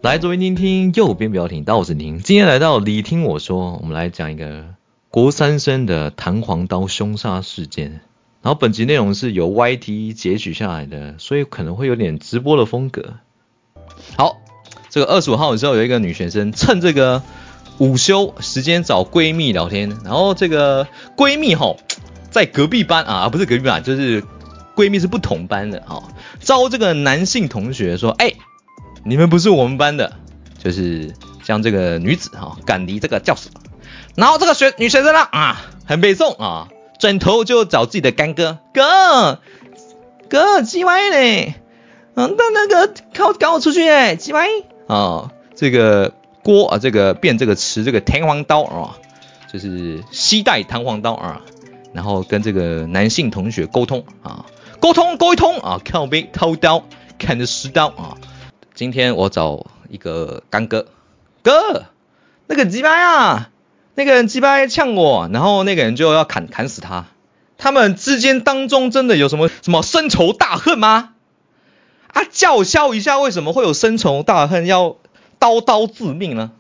来左边听听，右边不要停，到我是听。今天来到你听我说，我们来讲一个国三生的弹簧刀凶杀事件。然后本集内容是由 YT 截取下来的，所以可能会有点直播的风格。好，这个25号的时候有一个女学生趁这个午休时间找闺蜜聊天，然后这个闺蜜在隔壁班啊，不是隔壁班，就是闺蜜是不同班的招这个男性同学说，你们不是我们班的，就是将这个女子赶离这个教室。然后这个女学生呢很北宋转头就找自己的干哥，哥鸡歪嘞，那个赶我出去鸡歪这个锅这个变这个持这个弹簧刀就是携带弹簧刀然后跟这个男性同学沟通一通靠背掏刀砍着10刀今天我找一个干哥，那个鸡掰那个人鸡掰呛我，然后那个人就要砍死他。他们之间当中真的有什么深仇大恨吗？叫嚣一下，为什么会有深仇大恨，要刀致命呢？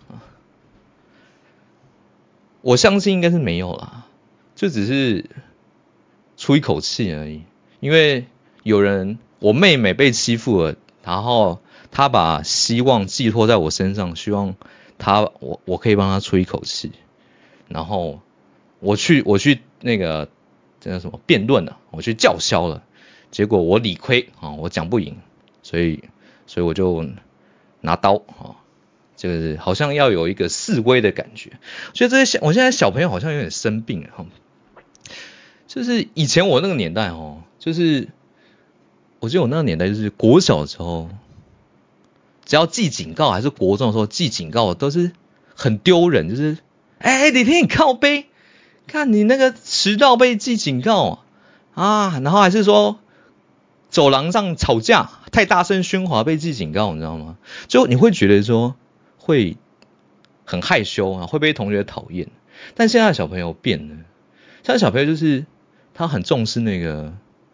我相信应该是没有啦，就只是出一口气而已。因为我妹妹被欺负了，然后她把希望寄托在我身上，希望我可以帮她出一口气。然后我去那个叫什么辩论了，我去叫嚣了，结果我理亏我讲不赢，所以我就拿刀就是好像要有一个示威的感觉。所以我现在小朋友好像有点生病了就是以前我那个年代就是我记得我那个年代就是国小的时候，只要记警告还是国中的时候记警告都是很丢人，就是你听你靠背，看你那个迟到被记警告然后还是说走廊上吵架太大声喧哗被记警告，你知道吗？就你会觉得说会很害羞会被同学讨厌。但现在的小朋友变了，现在小朋友就是他很重视那个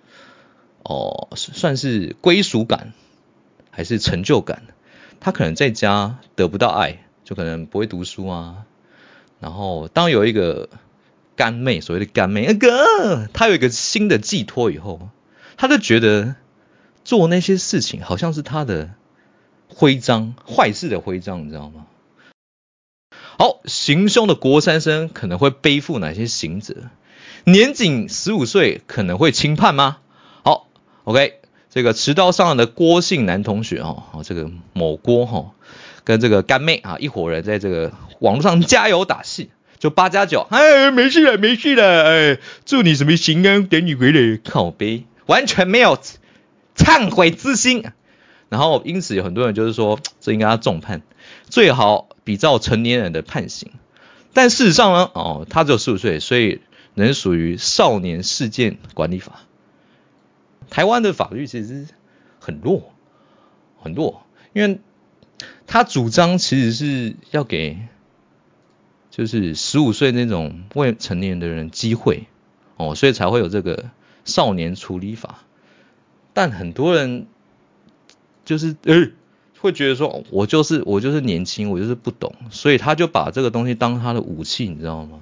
算是归属感还是成就感。他可能在家得不到爱，就可能不会读书然后当有一个干妹，所谓的干妹他有一个新的寄托以后，他就觉得做那些事情好像是他的徽章，坏事的徽章，你知道吗？好，行凶的国三生可能会背负哪些刑责？年仅15岁可能会轻判吗？好 ，OK， 这个持刀伤人的郭姓男同学这个某郭跟这个干妹一伙人在这个网络上加油打气，就8+9，没事了，祝你什么行啊，等你回来，靠背，完全没有忏悔之心。然后因此有很多人就是说，这应该要重判，最好比照成年人的判刑。但事实上呢，他只有15岁，所以仍属于少年事件管理法。台湾的法律其实很弱，因为他主张其实是要给就是15岁那种未成年的人机会所以才会有这个少年处理法。但很多人就是会觉得说我就是年轻，我就是不懂，所以他就把这个东西当他的武器，你知道吗？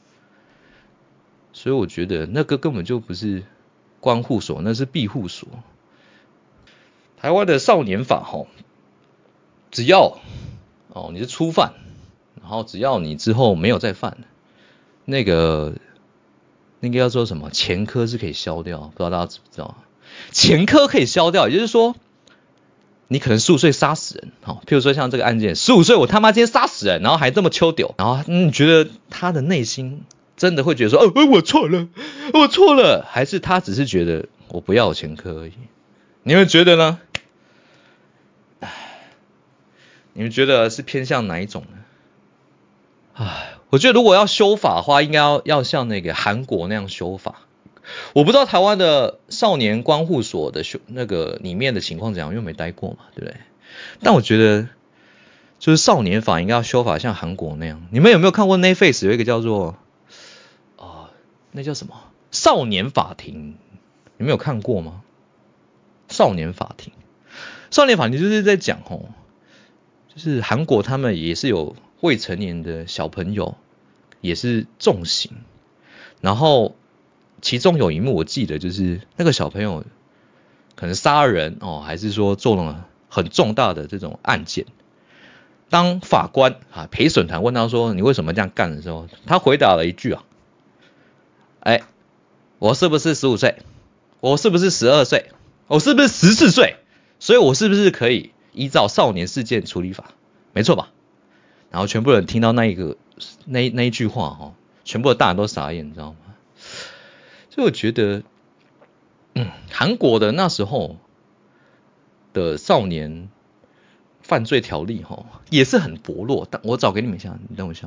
所以我觉得那个根本就不是关护所，那是庇护所。台湾的少年法只要你是初犯，然后只要你之后没有再犯，那个叫做什么前科是可以消掉，不知道大家知不知道？前科可以消掉，也就是说你可能15岁杀死人譬如说像这个案件，15岁我他妈今天杀死人，然后还这么秋丢，然后你觉得他的内心真的会觉得说我错了，还是他只是觉得我不要有前科而已？你们觉得呢？你们觉得是偏向哪一种呢？我觉得如果要修法的话，应该要像那个韩国那样修法。我不知道台湾的少年关护所的那个里面的情况怎样，因为没待过嘛，对不对？但我觉得就是少年法应该要修法像韩国那样。你们有没有看过 Netflix 有一个叫做那叫什么少年法庭？你们有看过吗？少年法庭就是在讲就是韩国他们也是有未成年的小朋友也是重刑，然后其中有一幕我记得就是那个小朋友可能杀人还是说做了很重大的这种案件。当法官陪审团问他说你为什么这样干的时候，他回答了一句我是不是15岁？我是不是12岁？我是不是14岁？所以我是不是可以依照少年事件处理法？没错吧？然后全部人听到那一句话全部的大人都傻眼，你知道吗？所以我觉得，韩国的那时候的少年犯罪条例也是很薄弱，但我找给你们一下，你等我一下。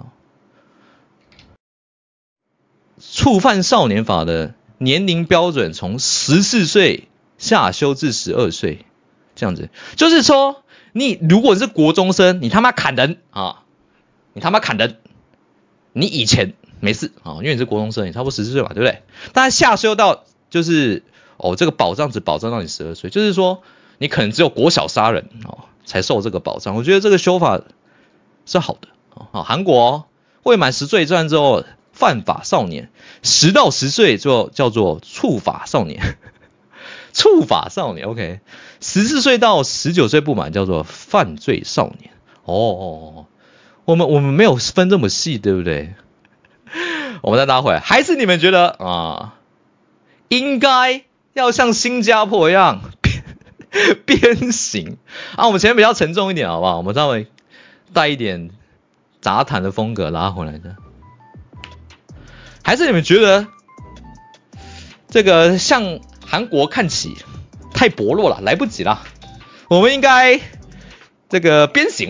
触犯少年法的年龄标准从14岁下修至12岁，这样子，就是说，你如果是国中生，你他妈砍人你他妈砍人，你以前没事因为你是国中生，你差不多14岁嘛，对不对？但下修到就是这个保障只保障到你12岁，就是说你可能只有国小杀人才受这个保障。我觉得这个修法是好的韩国未满10岁以上之后犯法少年，10到10岁就叫做触法少年，触法少年 ，OK， 14岁到19岁不满叫做犯罪少年。我们没有分这么细，对不对？我们再拉回来，还是你们觉得应该要像新加坡一样鞭刑我们前面比较沉重一点，好不好？我们稍微带一点杂谈的风格拉回来的。还是你们觉得这个向韩国看齐太薄弱了，来不及了，我们应该这个鞭刑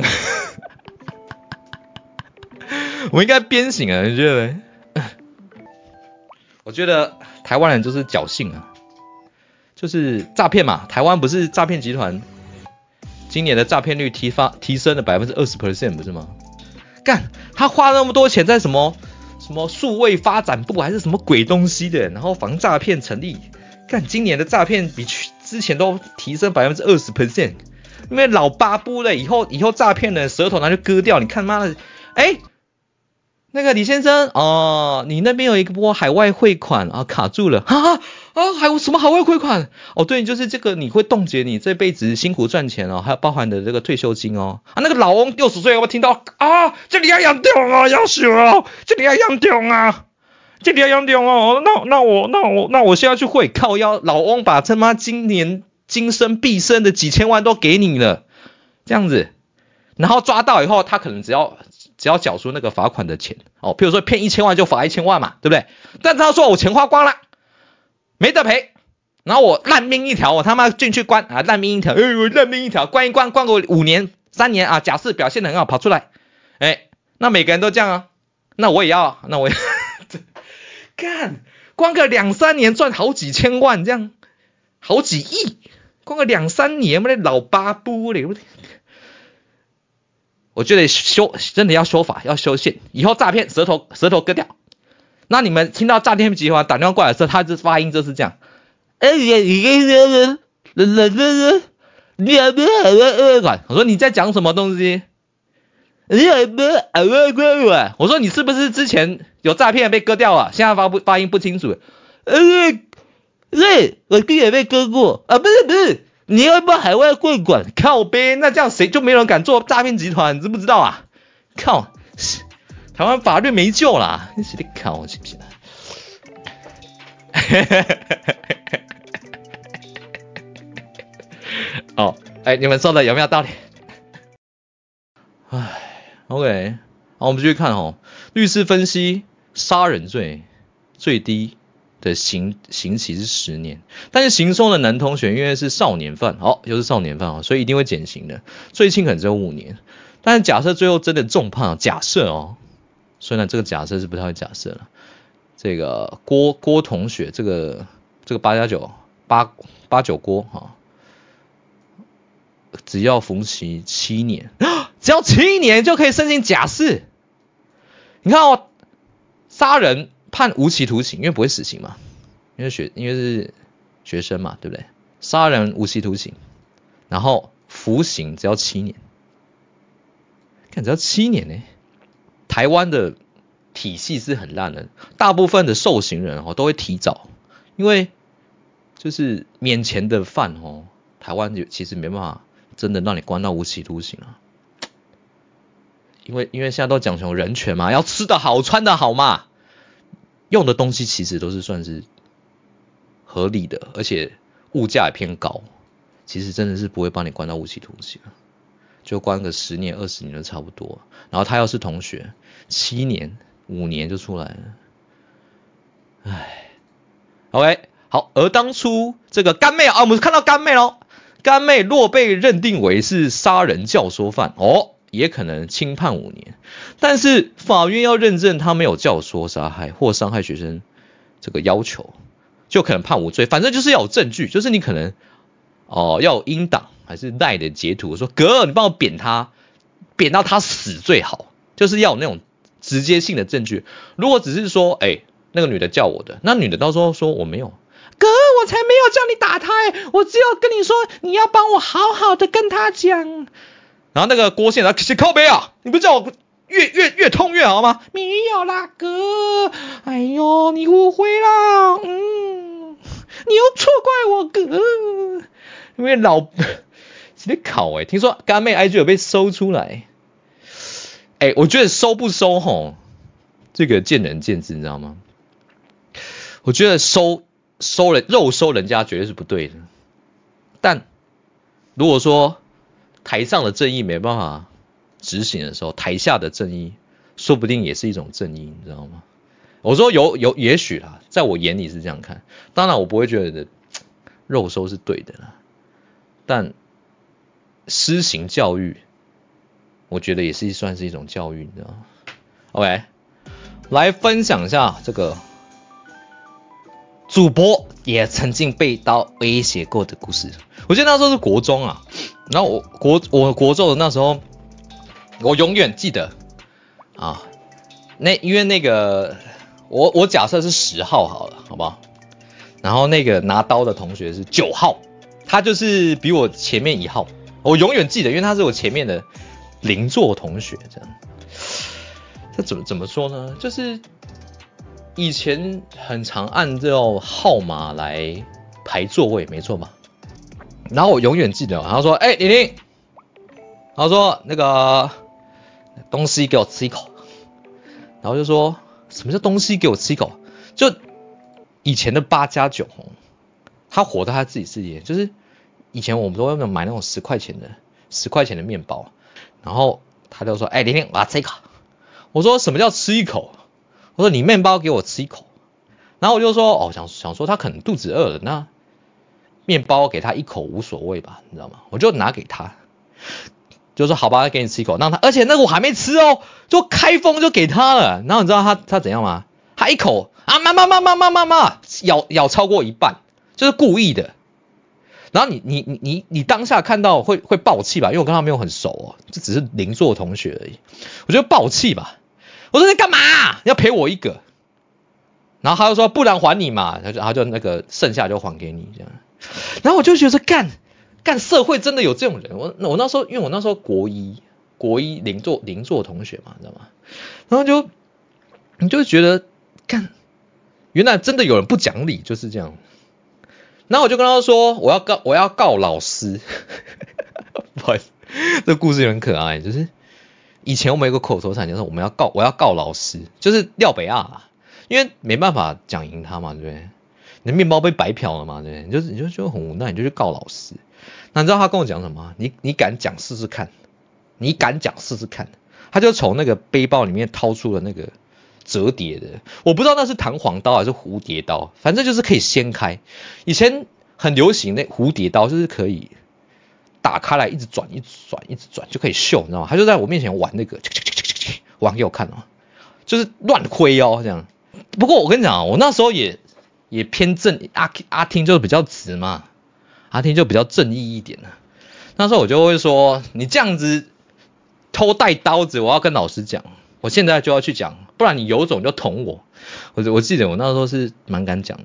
我应该鞭刑你觉得呢？我觉得台湾人就是侥幸就是诈骗嘛，台湾不是诈骗集团今年的诈骗率提升了 20% 不是吗？干，他花那么多钱在什么数位发展部还是什么鬼东西的，然后防诈骗成立，干，今年的诈骗比之前都提升 20%， 因为老八部了，以后诈骗的舌头拿去割掉，你看妈的，那个李先生你那边有一波海外汇款卡住了还有什么海外汇款？对，就是这个你会冻结你这辈子辛苦赚钱还有包含的这个退休金那个老翁60岁有没有听到这里要养重要死这里要养重这里要养重那我现在去汇靠腰，老翁把他妈今生毕生的几千万都给你了，这样子，然后抓到以后他可能只要缴出那个罚款的钱譬如说骗1000万就罚1000万嘛，对不对？但他说我钱花光了没得赔，然后我烂命一条，我他妈进去关烂命一条，我烂命一条，关个5年3年假设表现得很好跑出来，那每个人都这样那我也要干，关个2-3年赚好几千万，这样好几亿，关个2-3年我的老八部嘞，我觉得真的要修法，要修宪，以后诈骗舌头割掉。那你们听到诈骗集团打电话过来的时候，他的发音就是这样。我说你在讲什么东西？我说你是不是之前有诈骗被割掉了？现在发音不清楚。我之前被割过不是。你要不要海外汇款？靠呗，那这样谁就没人敢做诈骗集团，你知不知道啊？靠，台湾法律没救啦！你是在靠我是不是？你们说的有没有道理？OK， 好，我们继续看律师分析杀人罪最低的刑期是10年，但是刑松的男同学因为是少年犯，又是少年犯所以一定会减刑的，最轻可能只有5年。但是假设最后真的重判，假设虽然这个假设是不太会假设了，这个郭同学这个8+9郭只要服期7年，只要7年就可以申请假释。你看杀人判无期徒刑，因为不会死刑嘛，因为是学生嘛，对不对？杀人无期徒刑，然后服刑只要7年， 看只要7年呢。台湾的体系是很烂的，大部分的受刑人都会提早，因为就是免钱的饭台湾其实没办法真的让你关到无期徒刑啊。因为现在都讲求人权嘛，要吃得好穿得好嘛，用的东西其实都是算是合理的，而且物价也偏高，其实真的是不会帮你关到无期徒刑，就关个10年20年就差不多。然后他要是同学，7年5年就出来了。唉 ，OK， 好。而当初这个干妹啊，我们看到干妹咯，干妹若被认定为是杀人教唆犯也可能轻判5年，但是法院要认证他没有教唆杀害或伤害学生这个要求，就可能判无罪。反正就是要有证据，就是你可能要有音档还是赖的截图，说哥你帮我扁他，扁到他死最好，就是要有那种直接性的证据。如果只是说那个女的叫我的，那女的到时候说我没有，哥我才没有叫你打他我只有跟你说你要帮我好好的跟他讲。然后那个郭县长靠北啊，你不叫我越痛越好吗？没有啦哥，哎呦你误会啦，你又错怪我哥，因为直接考听说干妹 IG 有被搜出来，我觉得收不收这个见仁见智，你知道吗？我觉得肉收人家绝对是不对的，但如果说台上的正义没办法执行的时候，台下的正义说不定也是一种正义，你知道吗？我说也许啦，在我眼里是这样看，当然我不会觉得肉收是对的啦，但施行教育，我觉得也是算是一种教育，你知道吗 ？OK， 来分享一下这个主播也曾经被刀威胁过的故事。我记得那时候是国中啊，然后我国中的那时候，我永远记得啊，因为那个我假设是10号好了，好不好？然后那个拿刀的同学是9号，他就是比我前面1号，我永远记得，因为他是我前面的邻座同学，这样。这怎么说呢？就是以前很常按照号码来排座位，没错吧？然后我永远记得，他说：“玲玲，他说那个东西给我吃一口。”然后就说什么叫东西给我吃一口？就以前的8+9，他活在他自己世界，就是以前我们都会买那种10块钱的面包，然后他就说：“玲玲，我要吃一口。”我说：“什么叫吃一口？”我说：“你面包给我吃一口。”然后我就说：“想说他可能肚子饿了，那面包给他一口无所谓吧，你知道吗？”我就拿给他，就说：“好吧，给你吃一口。”让他，而且那个我还没吃就开封就给他了。然后你知道他怎样吗？他一口妈，咬超过一半，就是故意的。然后你当下看到会爆气吧？因为我跟他没有很熟这只是邻座同学而已，我觉得爆气吧。我说你干嘛要赔我一个？然后他就说不然还你嘛，他就那个剩下就还给你这样。然后我就觉得干社会真的有这种人。我那时候因为我那时候国一邻座同学嘛，你知道吗？然后你就觉得原来真的有人不讲理就是这样。然后我就跟他说我要告老师。不好意思，这个故事有点可爱，就是以前我们有个口头禅，就是我要告老师，就是廖北亚啦，因为没办法讲赢他嘛，对不对？你的面包被白嫖了嘛，对不对？你就很无奈，你就去告老师。那你知道他跟我讲什么？你敢讲试试看？你敢讲试试看？他就从那个背包里面掏出了那个折叠的，我不知道那是弹簧刀还是蝴蝶刀，反正就是可以掀开。以前很流行那蝴蝶刀，就是可以打开来一直转就可以秀，你知道吗？他就在我面前玩那个，玩给我看就是乱挥这样。不过我跟你讲我那时候也偏正，阿听就比较直嘛，阿听就比较正义一点那时候我就会说，你这样子偷带刀子，我要跟老师讲，我现在就要去讲，不然你有种就捅我。我记得我那时候是蛮敢讲的，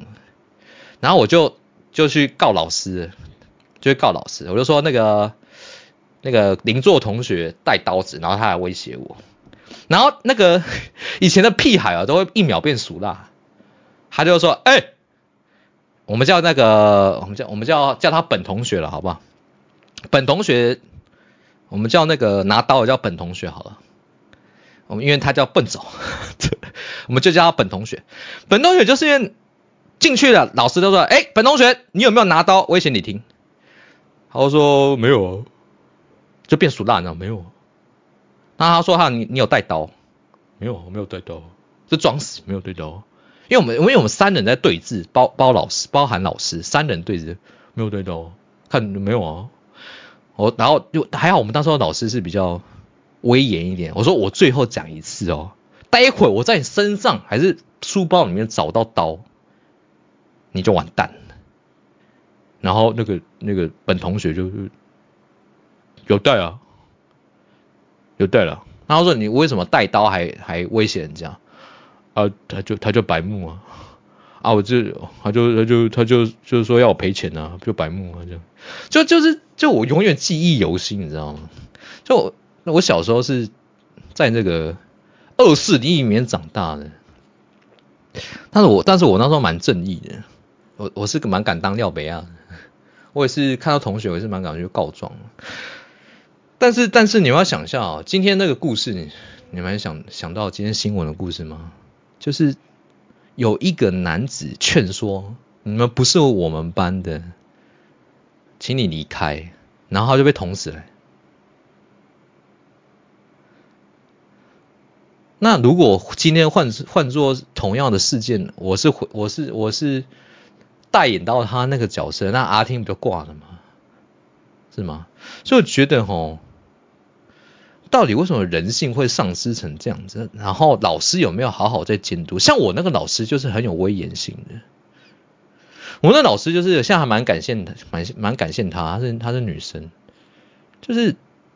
然后我就去告老师了，我就说那个那个邻座同学带刀子，然后他来威胁我。然后那个以前的屁孩啊，都会1秒变熟辣。他就说：“我们叫那个，我们叫他本同学了，好不好？本同学，我们叫那个拿刀的叫本同学好了。因为他叫笨手，我们就叫他本同学。本同学就是因为进去了，老师都说：本同学，你有没有拿刀威胁你听？他就说没有啊，就变熟辣，你知道没有啊？那他说你有带刀？没有，我没有带刀，就装死没有带刀。因为我们3人在对峙，包含老师3人对峙，没有带刀，看没有啊。然后还好，我们那时候老师是比较威严一点。我说我最后讲一次哦，待会我在你身上还是书包里面找到刀，你就完蛋了。然后那个本同学就有带啊，有带了。然后说你为什么带刀还威胁人家？他就白目啊，他就说要我赔钱啊，就白目啊，就我永远记忆犹新，你知道吗？就我小时候是在那个恶势力里面长大的，但是我那时候蛮正义的，我是蛮敢当廖北亚的，我也是看到同学我也是蛮敢去告状的。但是你们要想一下啊，今天那个故事，你们想到今天新闻的故事吗？就是有一个男子劝说你们不是我们班的，请你离开，然后他就被捅死了。那如果今天换做同样的事件，我是代演到他那个角色，那阿听不就挂了吗？是吗？所以我觉得到底为什么人性会丧失成这样子？然后老师有没有好好在监督？像我那个老师就是很有威严性的，我那老师就是现在还蛮感谢他，她是女生，就是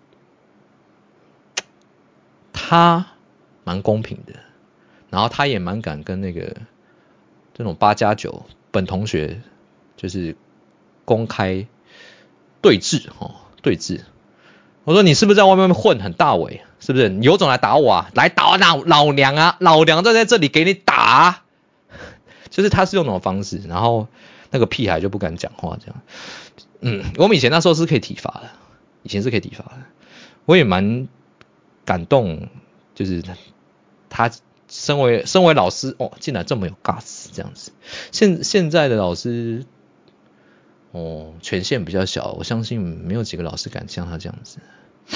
她蛮公平的，然后她也蛮敢跟那个这种8+9本同学就是公开对峙对峙。我说你是不是在外面混很大尾？是不是你有种来打我啊？来打老娘啊！老娘就在这里给你打啊！就是他是用那种方式，然后那个屁孩就不敢讲话这样。我们以前那时候是可以体罚的，我也蛮感动，就是他身为老师竟然这么有 guts 这样子。现在的老师权限比较小，我相信没有几个老师敢像他这样子。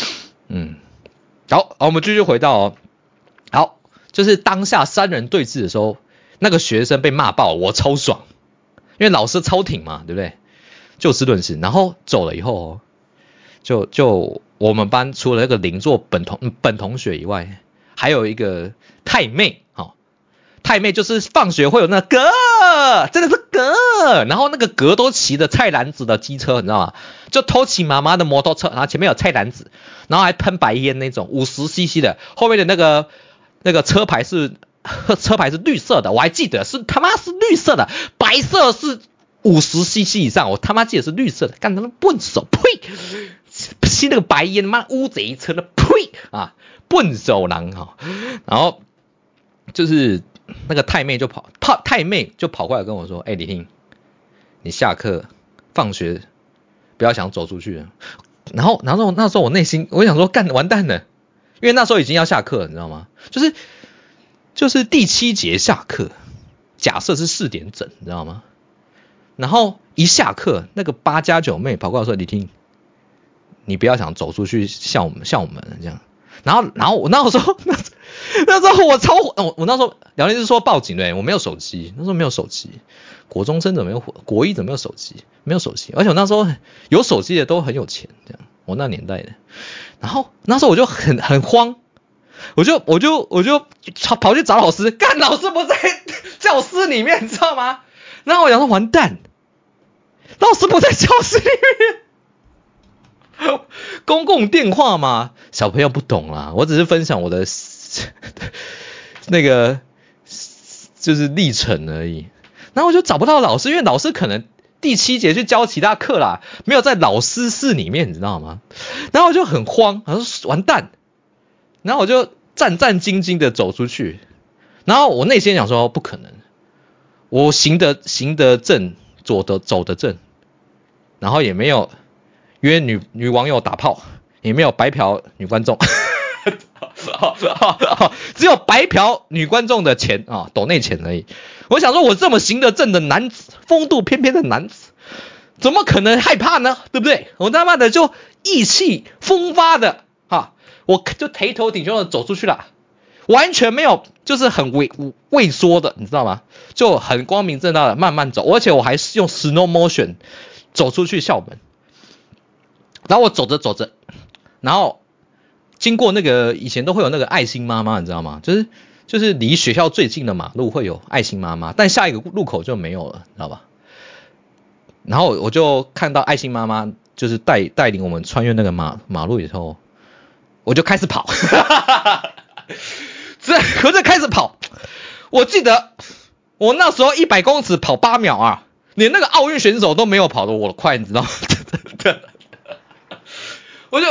好，我们继续回到好，就是当下3人对峙的时候，那个学生被骂爆，我超爽，因为老师超挺嘛，对不对？就事论事，然后走了以后就我们班除了那个邻座本同学以外，还有一个太妹太妹就是放学会有那个真的是然后那个都骑着菜篮子的机车，你知道吗？就偷骑妈妈的摩托车，然后前面有菜篮子，然后还喷白烟那种50cc 的，后面的那个车牌是绿色的，我还记得是他妈是绿色的，白色是50cc 以上，我他妈记得是绿色的，干他妈笨手，呸！吸那个白烟，妈乌贼车的，呸啊，笨手狼然后就是那个太妹就跑过来跟我说：“李听，你下课放学不要想走出去了。”然后那时候我内心我想说干完蛋了，因为那时候已经要下课了，你知道吗？就是第7节下课，假设是4点整，你知道吗？然后一下课，那个8+9妹跑过来说：“李听，你不要想走出去像我们这样。”然后我那时候我超我那时候聊天是说报警对，我没有手机，那时候没有手机，国中生怎么有国一怎么没有手机？没有手机，而且我那时候有手机的都很有钱，这样我那年代的。然后那时候我就很慌，我就跑去找老师，干老师不在教室里面，你知道吗？然后我想说完蛋，老师不在教室里面。公共电话嘛，小朋友不懂啦，我只是分享我的那个就是历程而已。然后我就找不到老师，因为老师可能第7节去教其他课啦，没有在老师室里面，你知道吗？然后我就很慌，我说完蛋，然后我就战战兢兢的走出去，然后我内心想说不可能，我行得正，走得正，然后也没有约女网友打炮，也没有白嫖女观众。只有白嫖女观众的钱啊，抖内钱而已。我想说，我这么行得正的男子，风度翩翩的男子，怎么可能害怕呢？对不对？我他妈的就意气风发的我就抬头挺胸的走出去了，完全没有就是很畏缩的，你知道吗？就很光明正大的慢慢走，而且我还是用 slow motion 走出去校门。然后我走着，然后经过那个以前都会有那个爱心妈妈，你知道吗？就是离学校最近的马路会有爱心妈妈，但下一个路口就没有了，知道吧？然后我就看到爱心妈妈就是带领我们穿越那个马路以后，我就开始跑，我就开始跑。我记得我那时候100公尺跑8秒啊，连那个奥运选手都没有跑得我快，你知道吗？我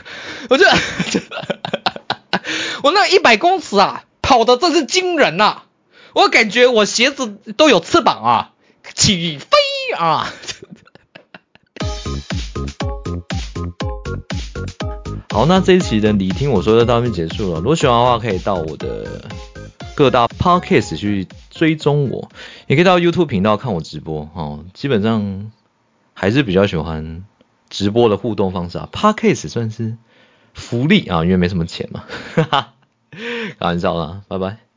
那100公尺啊，跑的真是惊人啊！我感觉我鞋子都有翅膀啊，起飞啊！好，那这一期的你听我说就到这边结束了。如果喜欢的话，可以到我的各大 podcast 去追踪我，也可以到 YouTube 频道看我直播基本上还是比较喜欢直播的互动方式啊 ，podcast 算是福利啊，因为没什么钱嘛，开玩笑啦，拜拜。